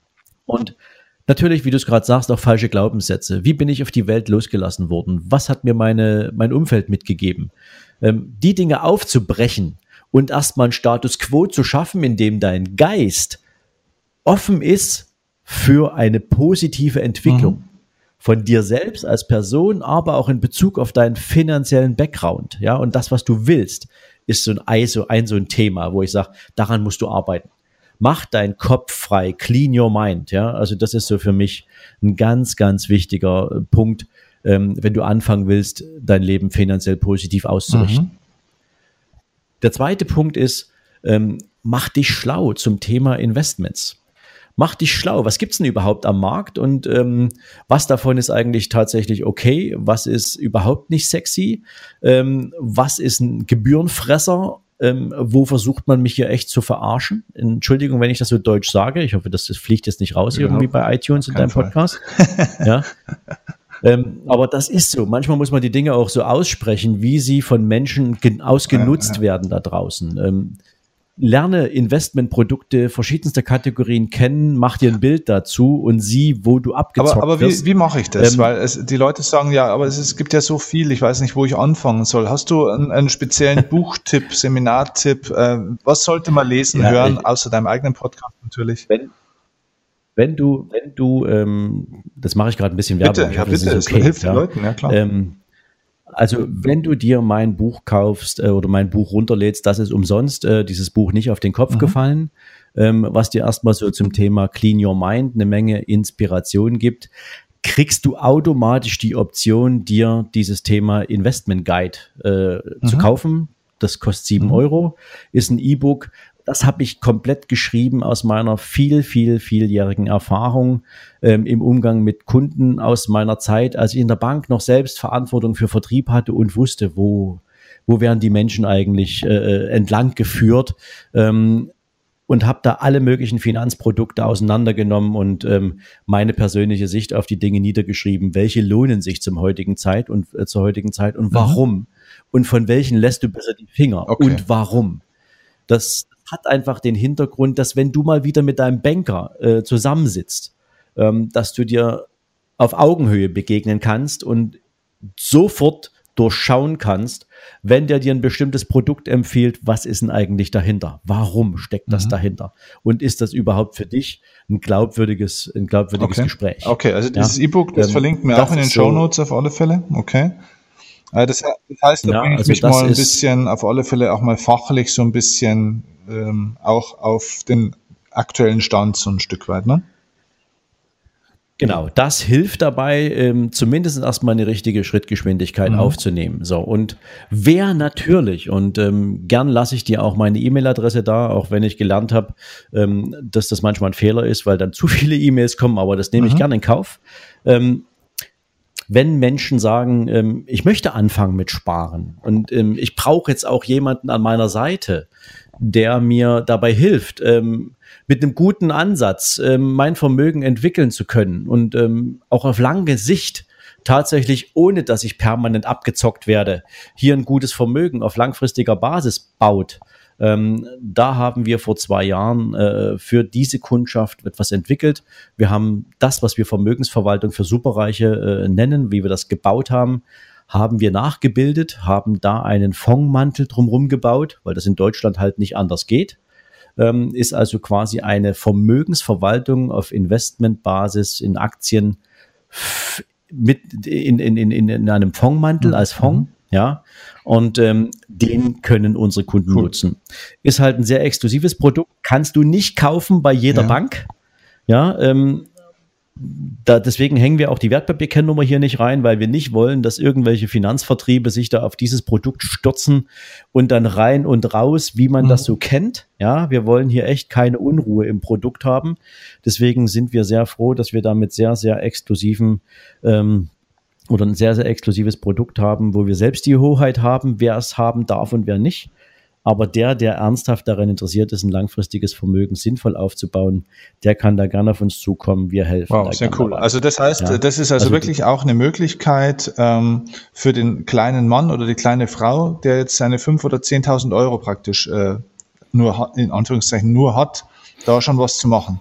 [SPEAKER 2] Und natürlich, wie du es gerade sagst, auch falsche Glaubenssätze. Wie bin ich auf die Welt losgelassen worden? Was hat mir meine, mein Umfeld mitgegeben? Ähm, die Dinge aufzubrechen und erstmal einen Status quo zu schaffen, in dem dein Geist offen ist für eine positive Entwicklung mhm. von dir selbst als Person, aber auch in Bezug auf deinen finanziellen Background. Ja, und das, was du willst, ist so ein, so ein, so ein Thema, wo ich sage, daran musst du arbeiten. Mach deinen Kopf frei, clean your mind, ja, also das ist so für mich ein ganz, ganz wichtiger äh, Punkt, ähm, wenn du anfangen willst, dein Leben finanziell positiv auszurichten. Mhm. Der zweite Punkt ist, ähm, mach dich schlau zum Thema Investments. Mach dich schlau, was gibt's denn überhaupt am Markt und ähm, was davon ist eigentlich tatsächlich okay, was ist überhaupt nicht sexy, ähm, was ist ein Gebührenfresser, Ähm, wo versucht man mich hier echt zu verarschen? Entschuldigung, wenn ich das so deutsch sage. Ich hoffe, das, das fliegt jetzt nicht raus genau. irgendwie bei iTunes in deinem Fall. Podcast. ja. ähm, aber das ist so. Manchmal muss man die Dinge auch so aussprechen, wie sie von Menschen gen- ausgenutzt ja, ja. werden da draußen. Ähm, lerne Investmentprodukte verschiedenster Kategorien kennen, mach dir ein Bild dazu und sieh, wo du abgezockt
[SPEAKER 1] aber, aber
[SPEAKER 2] wirst.
[SPEAKER 1] Aber wie, wie mache ich das? Ähm, Weil es, die Leute sagen, ja, aber es, es gibt ja so viel, ich weiß nicht, wo ich anfangen soll. Hast du einen, einen speziellen Buchtipp, Seminartipp? Äh, was sollte man lesen, ja, hören, ich, außer deinem eigenen Podcast natürlich?
[SPEAKER 2] Wenn, wenn du, wenn du, ähm, das mache ich gerade ein bisschen Werbung.
[SPEAKER 1] Bitte, ja, bitte,
[SPEAKER 2] das okay,
[SPEAKER 1] hilft
[SPEAKER 2] ja.
[SPEAKER 1] den Leuten, ja klar.
[SPEAKER 2] Ähm, Also wenn du dir mein Buch kaufst äh, oder mein Buch runterlädst, das ist umsonst, äh, dieses Buch nicht auf den Kopf mhm. gefallen, ähm, was dir erstmal so zum Thema Clean Your Mind eine Menge Inspiration gibt, kriegst du automatisch die Option, dir dieses Thema Investment Guide äh, mhm. zu kaufen. Das kostet sieben Euro, ist ein E-Book. Das habe ich komplett geschrieben aus meiner viel, viel, vieljährigen Erfahrung ähm, im Umgang mit Kunden aus meiner Zeit, als ich in der Bank noch selbst Verantwortung für Vertrieb hatte und wusste, wo, wo werden die Menschen eigentlich äh, entlang geführt. Ähm, und habe da alle möglichen Finanzprodukte auseinandergenommen und ähm, meine persönliche Sicht auf die Dinge niedergeschrieben. Welche lohnen sich zum heutigen Zeit und äh, zur heutigen Zeit und warum? Mhm. Und von welchen lässt du besser die Finger? Okay. Und warum? Das hat einfach den Hintergrund, dass wenn du mal wieder mit deinem Banker äh, zusammensitzt, ähm, dass du dir auf Augenhöhe begegnen kannst und sofort durchschauen kannst, wenn der dir ein bestimmtes Produkt empfiehlt, was ist denn eigentlich dahinter? Warum steckt das mhm. dahinter? Und ist das überhaupt für dich ein glaubwürdiges, ein glaubwürdiges
[SPEAKER 1] okay.
[SPEAKER 2] Gespräch?
[SPEAKER 1] Okay, also dieses ja. E-Book, das ähm, verlinken wir das auch in den Shownotes so auf alle Fälle. Okay. Das heißt, da ja, bringe ich also mich mal ein bisschen, auf alle Fälle auch mal fachlich so ein bisschen ähm, auch auf den aktuellen Stand so ein Stück weit, ne?
[SPEAKER 2] Genau, das hilft dabei, ähm, zumindest erstmal eine richtige Schrittgeschwindigkeit mhm. aufzunehmen. So, und wer natürlich, und ähm, gern lasse ich dir auch meine E-Mail-Adresse da, auch wenn ich gelernt habe, ähm, dass das manchmal ein Fehler ist, weil dann zu viele E-Mails kommen, aber das nehme mhm. ich gerne in Kauf. Ähm, wenn Menschen sagen, ähm, ich möchte anfangen mit Sparen und ähm, ich brauche jetzt auch jemanden an meiner Seite, der mir dabei hilft, ähm, mit einem guten Ansatz ähm, mein Vermögen entwickeln zu können und ähm, auch auf lange Sicht tatsächlich, ohne dass ich permanent abgezockt werde, hier ein gutes Vermögen auf langfristiger Basis baut. Ähm, da haben wir vor zwei Jahren äh, für diese Kundschaft etwas entwickelt. Wir haben das, was wir Vermögensverwaltung für Superreiche äh, nennen, wie wir das gebaut haben, haben wir nachgebildet, haben da einen Fondsmantel drumherum gebaut, weil das in Deutschland halt nicht anders geht. Ähm, ist also quasi eine Vermögensverwaltung auf Investmentbasis in Aktien f- mit in, in, in, in einem Fondsmantel als Fonds. Ja, und ähm, den können unsere Kunden cool. nutzen. Ist halt ein sehr exklusives Produkt, kannst du nicht kaufen bei jeder ja. Bank. Ja, ähm, da, deswegen hängen wir auch die Wertpapierkennnummer hier nicht rein, weil wir nicht wollen, dass irgendwelche Finanzvertriebe sich da auf dieses Produkt stürzen und dann rein und raus, wie man mhm. das so kennt. Ja, wir wollen hier echt keine Unruhe im Produkt haben. Deswegen sind wir sehr froh, dass wir da mit sehr, sehr exklusiven ähm, oder ein sehr, sehr exklusives Produkt haben, wo wir selbst die Hoheit haben, wer es haben darf und wer nicht. Aber der, der ernsthaft daran interessiert ist, ein langfristiges Vermögen sinnvoll aufzubauen, der kann da gerne auf uns zukommen. Wir helfen.
[SPEAKER 1] Wow, sehr cool. Dabei. Also das heißt, ja. das ist also, also wirklich auch eine Möglichkeit ähm, für den kleinen Mann oder die kleine Frau, der jetzt seine fünf oder zehntausend Euro praktisch äh, nur in Anführungszeichen nur hat, da schon was zu machen.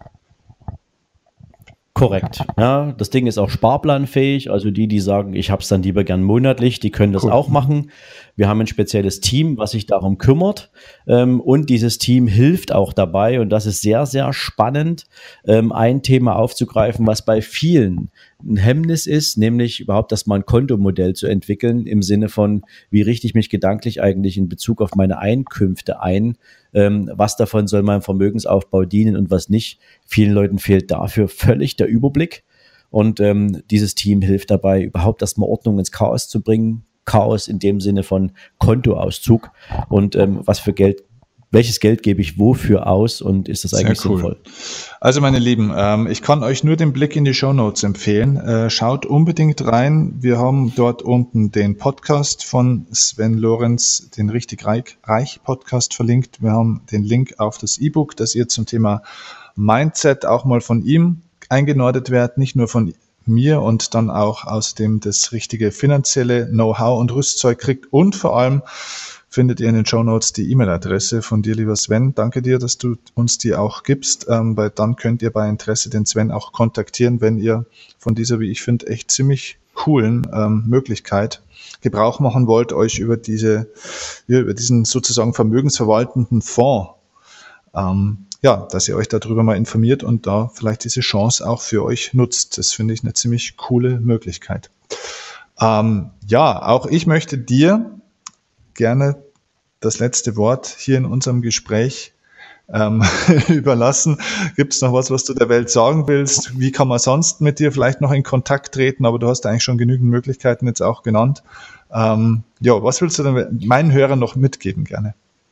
[SPEAKER 2] Korrekt. Ja, das Ding ist auch sparplanfähig. Also die, die sagen, ich habe es dann lieber gern monatlich, die können das cool. auch machen. Wir haben ein spezielles Team, was sich darum kümmert. Ähm, und dieses Team hilft auch dabei. Und das ist sehr, sehr spannend, ähm, ein Thema aufzugreifen, was bei vielen ein Hemmnis ist, nämlich überhaupt das mal ein Kontomodell zu entwickeln, im Sinne von, wie richte ich mich gedanklich eigentlich in Bezug auf meine Einkünfte ein, ähm, was davon soll meinem Vermögensaufbau dienen und was nicht. Vielen Leuten fehlt dafür völlig der Überblick und ähm, dieses Team hilft dabei, überhaupt erstmal Ordnung ins Chaos zu bringen. Chaos in dem Sinne von Kontoauszug und ähm, was für Geld, welches Geld gebe ich wofür aus und ist das eigentlich
[SPEAKER 1] Sehr cool.
[SPEAKER 2] sinnvoll?
[SPEAKER 1] Also meine Lieben, ähm, ich kann euch nur den Blick in die Shownotes empfehlen. Äh, schaut unbedingt rein. Wir haben dort unten den Podcast von Sven Lorenz, den Richtig Reich, Reich Podcast verlinkt. Wir haben den Link auf das E-Book, das ihr zum Thema Mindset auch mal von ihm eingenordet werdet, nicht nur von mir und dann auch aus dem das richtige finanzielle Know-how und Rüstzeug kriegt und vor allem findet ihr in den Shownotes die E-Mail-Adresse von dir, lieber Sven. Danke dir, dass du uns die auch gibst, ähm, weil dann könnt ihr bei Interesse den Sven auch kontaktieren, wenn ihr von dieser, wie ich finde, echt ziemlich coolen ähm, Möglichkeit Gebrauch machen wollt, euch über diese, ja, über diesen sozusagen vermögensverwaltenden Fonds, ähm, ja, dass ihr euch darüber mal informiert und da vielleicht diese Chance auch für euch nutzt. Das finde ich eine ziemlich coole Möglichkeit. Ähm, ja, auch ich möchte dir gerne das letzte Wort hier in unserem Gespräch ähm, überlassen. Gibt es noch was, was du der Welt sagen willst? Wie kann man sonst mit dir vielleicht noch in Kontakt treten? Aber du hast eigentlich schon genügend Möglichkeiten jetzt auch genannt. Ähm, ja, was willst du denn meinen Hörern noch mitgeben gerne?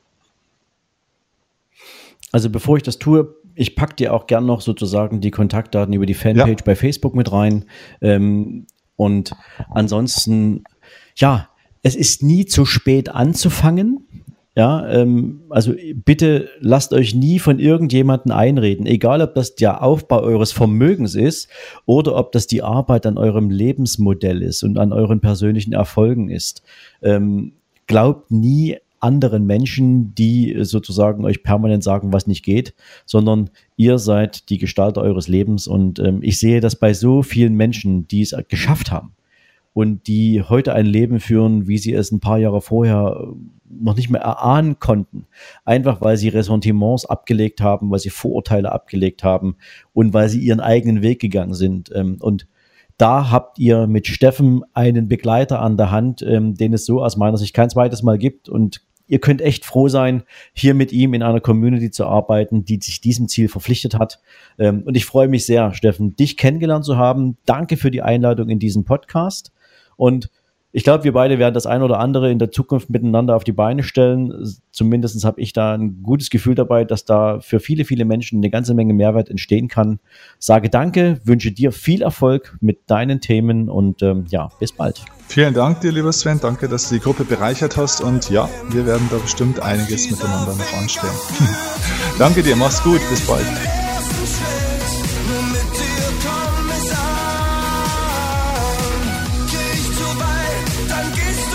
[SPEAKER 2] Also bevor ich das tue, ich packe dir auch gern noch sozusagen die Kontaktdaten über die Fanpage ja. bei Facebook mit rein. Ähm, und ansonsten, ja, es ist nie zu spät anzufangen. Ja, ähm, also bitte lasst euch nie von irgendjemandem einreden, egal ob das der Aufbau eures Vermögens ist oder ob das die Arbeit an eurem Lebensmodell ist und an euren persönlichen Erfolgen ist. Ähm, glaubt nie anderen Menschen, die sozusagen euch permanent sagen, was nicht geht, sondern ihr seid die Gestalter eures Lebens und ähm, ich sehe das bei so vielen Menschen, die es geschafft haben und die heute ein Leben führen, wie sie es ein paar Jahre vorher noch nicht mehr erahnen konnten, einfach weil sie Ressentiments abgelegt haben, weil sie Vorurteile abgelegt haben und weil sie ihren eigenen Weg gegangen sind. Und da habt ihr mit Steffen einen Begleiter an der Hand, den es so aus meiner Sicht kein zweites Mal gibt und ihr könnt echt froh sein, hier mit ihm in einer Community zu arbeiten, die sich diesem Ziel verpflichtet hat. Und ich freue mich sehr, Steffen, dich kennengelernt zu haben. Danke für die Einladung in diesen Podcast. Und ich glaube, wir beide werden das ein oder andere in der Zukunft miteinander auf die Beine stellen. Zumindest habe ich da ein gutes Gefühl dabei, dass da für viele, viele Menschen eine ganze Menge Mehrwert entstehen kann. Sage danke, wünsche dir viel Erfolg mit deinen Themen und ähm, ja, bis bald.
[SPEAKER 1] Vielen Dank dir, lieber Sven. Danke, dass du die Gruppe bereichert hast und ja, wir werden da bestimmt einiges miteinander noch anstellen. Danke dir, mach's gut, bis bald.
[SPEAKER 3] Geh ich zu weit, dann gehst du